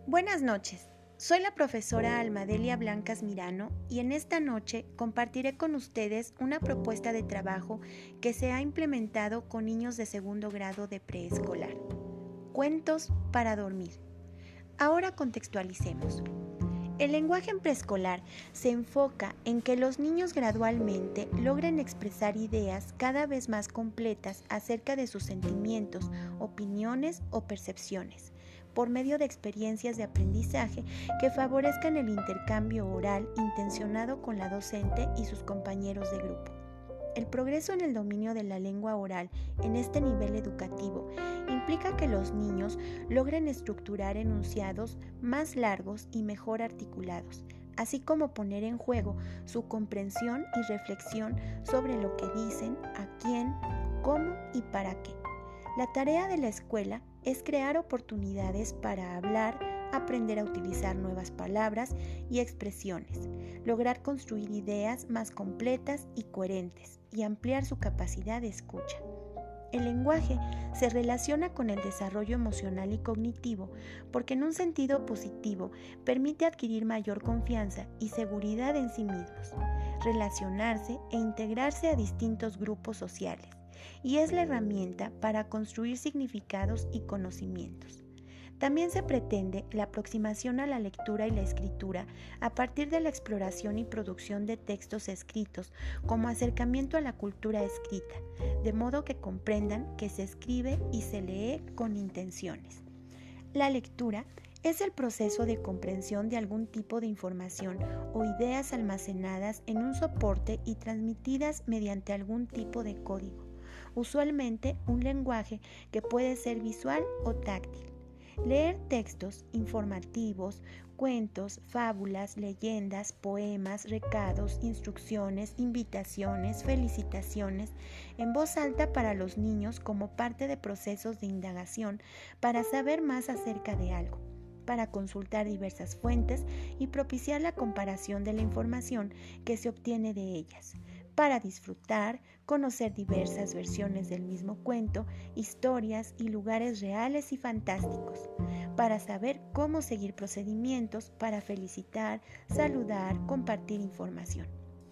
Buenas noches, soy la profesora Almadelia Blancas Mirano y en esta noche compartiré con ustedes una propuesta de trabajo que se ha implementado con niños de segundo grado de preescolar. Cuentos para dormir. Ahora contextualicemos. El lenguaje en preescolar se enfoca en que los niños gradualmente logren expresar ideas cada vez más completas acerca de sus sentimientos, opiniones o percepciones, por medio de experiencias de aprendizaje que favorezcan el intercambio oral intencionado con la docente y sus compañeros de grupo. El progreso en el dominio de la lengua oral en este nivel educativo implica que los niños logren estructurar enunciados más largos y mejor articulados, así como poner en juego su comprensión y reflexión sobre lo que dicen, a quién, cómo y para qué. La tarea de la escuela es crear oportunidades para hablar, aprender a utilizar nuevas palabras y expresiones, lograr construir ideas más completas y coherentes y ampliar su capacidad de escucha. El lenguaje se relaciona con el desarrollo emocional y cognitivo porque en un sentido positivo permite adquirir mayor confianza y seguridad en sí mismos, relacionarse e integrarse a distintos grupos sociales, y es la herramienta para construir significados y conocimientos. También se pretende la aproximación a la lectura y la escritura a partir de la exploración y producción de textos escritos como acercamiento a la cultura escrita, de modo que comprendan que se escribe y se lee con intenciones. La lectura es el proceso de comprensión de algún tipo de información o ideas almacenadas en un soporte y transmitidas mediante algún tipo de código, usualmente un lenguaje que puede ser visual o táctil. Leer textos informativos, cuentos, fábulas, leyendas, poemas, recados, instrucciones, invitaciones, felicitaciones en voz alta para los niños como parte de procesos de indagación para saber más acerca de algo, para consultar diversas fuentes y propiciar la comparación de la información que se obtiene de ellas, para disfrutar, conocer diversas versiones del mismo cuento, historias y lugares reales y fantásticos, para saber cómo seguir procedimientos, para felicitar, saludar, compartir información.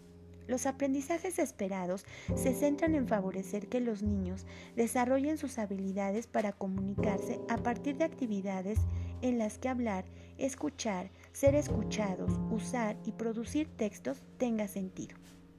Los aprendizajes esperados se centran en favorecer que los niños desarrollen sus habilidades para comunicarse a partir de actividades en las que hablar, escuchar, ser escuchados, usar y producir textos tenga sentido.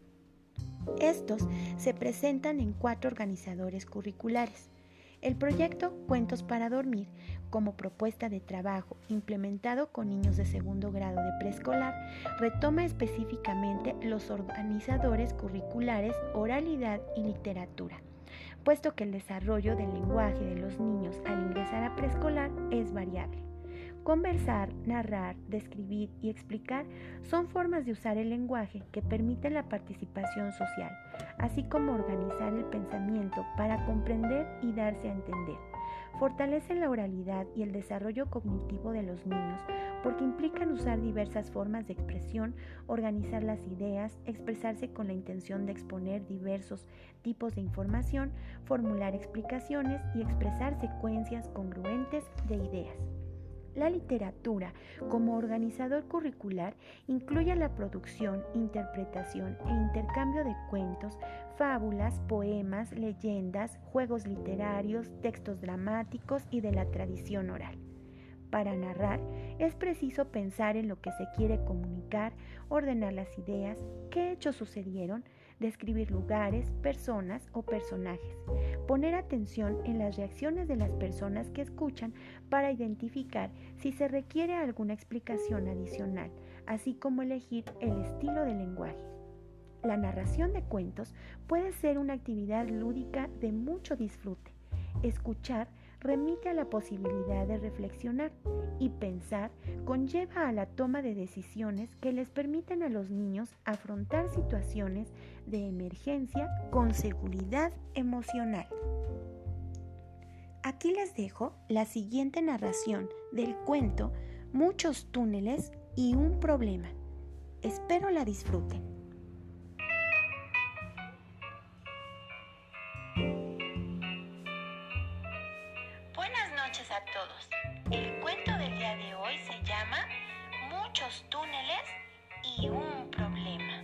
Estos se presentan en 4 organizadores curriculares. El proyecto Cuentos para Dormir, como propuesta de trabajo implementado con niños de segundo grado de preescolar, retoma específicamente los organizadores curriculares oralidad y literatura, puesto que el desarrollo del lenguaje de los niños al ingresar a preescolar es variable. Conversar, narrar, describir y explicar son formas de usar el lenguaje que permiten la participación social, así como organizar el pensamiento para comprender y darse a entender. Fortalecen la oralidad y el desarrollo cognitivo de los niños porque implican usar diversas formas de expresión, organizar las ideas, expresarse con la intención de exponer diversos tipos de información, formular explicaciones y expresar secuencias congruentes de ideas. La literatura, como organizador curricular, incluye la producción, interpretación e intercambio de cuentos, fábulas, poemas, leyendas, juegos literarios, textos dramáticos y de la tradición oral. Para narrar, es preciso pensar en lo que se quiere comunicar, ordenar las ideas, qué hechos sucedieron, describir lugares, personas o personajes, poner atención en las reacciones de las personas que escuchan para identificar si se requiere alguna explicación adicional, así como elegir el estilo de lenguaje. La narración de cuentos puede ser una actividad lúdica de mucho disfrute. Escuchar remite a la posibilidad de reflexionar y pensar conlleva a la toma de decisiones que les permiten a los niños afrontar situaciones de emergencia con seguridad emocional. Aquí les dejo la siguiente narración del cuento Muchos túneles y un problema. Espero la disfruten. Buenas noches a todos. El El cuento del día de hoy se llama Muchos túneles y un problema.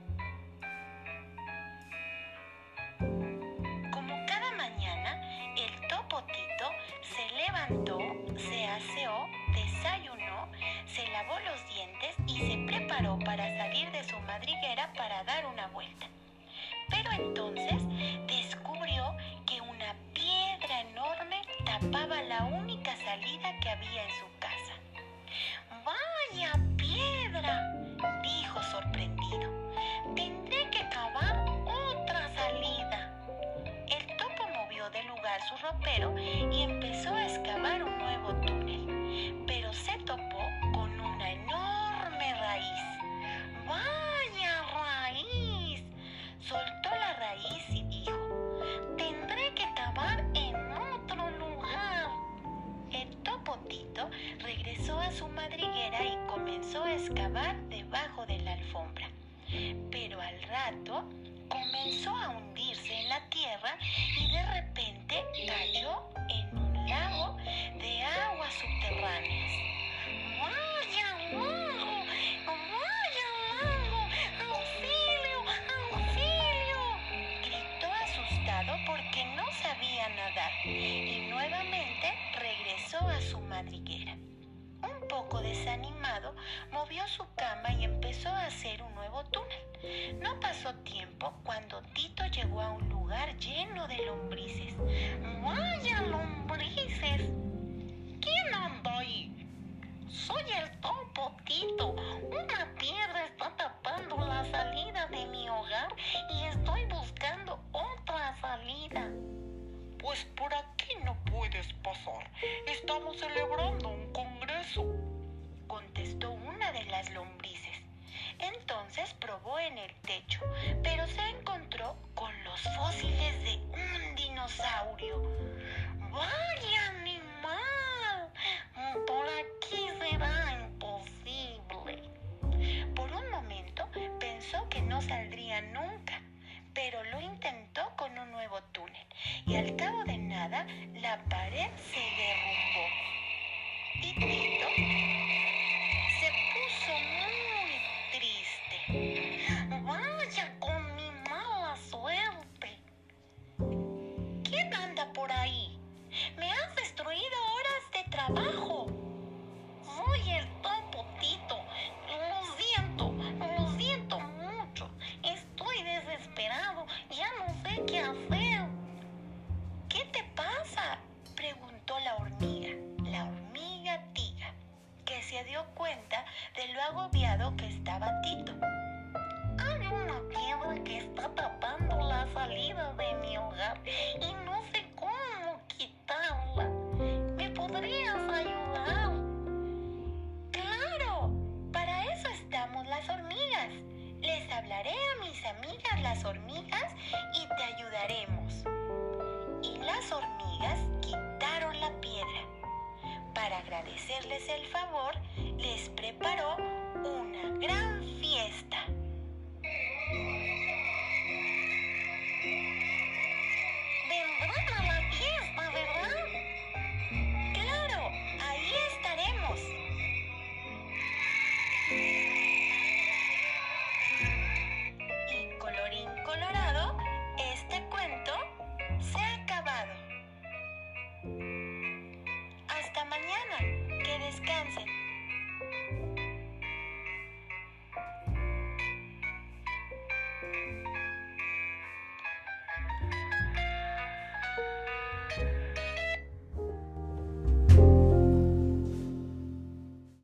Como cada mañana, el Topo Tito se levantó, se aseó, desayunó, se lavó los dientes y se preparó para salir de su madriguera para dar una vuelta. Pero entonces descubrió que una piedra enorme tapaba la única salida que había en su casa. ¡Vaya piedra!, dijo sorprendido. Tendré que cavar otra salida. El topo movió de lugar su ropero y empezó a excavar un nuevo túnel, pero se topó con una enorme raíz. ¡Vaya raíz! Soltó la raíz y dijo: tendré que cavar en otro lugar. El Topo Tito regresó a su madriguera y comenzó a excavar debajo de la alfombra. Pero al rato comenzó a hundirse en la tierra y de repente cayó en un lago de aguas subterráneas. ¡Vaya lago! ¡Vaya lago! ¡Auxilio! ¡Auxilio!, gritó asustado porque no sabía nadar y nuevamente regresó a su madriguera. Un poco desanimado, movió su cama y empezó a hacer un nuevo túnel. No pasó tiempo cuando Tito llegó a un lugar lleno de lombrices. ¡Vaya lombrices! ¿Quién anda ahí? Soy el Topo Tito. Una piedra está tapando la salida de mi hogar y estoy buscando otra salida. Pues por aquí no puedes pasar. Estamos celebrando un congreso, contestó una de las lombrices. Entonces probó en el techo, pero se encontró con los fósiles de un dinosaurio. ¡Vaya animal! Por aquí será imposible. Por un momento pensó que no saldría nunca, pero lo intentó con un nuevo túnel y al cabo de nada la pared se derrumbó. Y Tito se puso muy triste. ¡Vaya con mi mala suerte! ¿Quién anda por ahí? ¡Me has destruido horas de trabajo! Soy el Topo Tito. Lo siento mucho. Estoy desesperado. Ya no sé qué hacer. ¿Qué te pasa?, preguntó la hormiga Tiga, que se dio cuenta de lo agobiado que estaba Tito. Hay una piedra que está tapando la salida de mi hogar y no sé cómo quitarla. ¿Me podrías ayudar? ¡Claro! Para eso estamos las hormigas. Les hablaré a mis amigas las hormigas y te ayudaremos. Y las hormigas quitaron la piedra. Para agradecerles el favor, les preparó una gran fiesta. ¿Vendrán a la fiesta, verdad? ¡Claro! Ahí estaremos. Y colorín colorado, este cuento se ha acabado. Hasta mañana. Que descansen.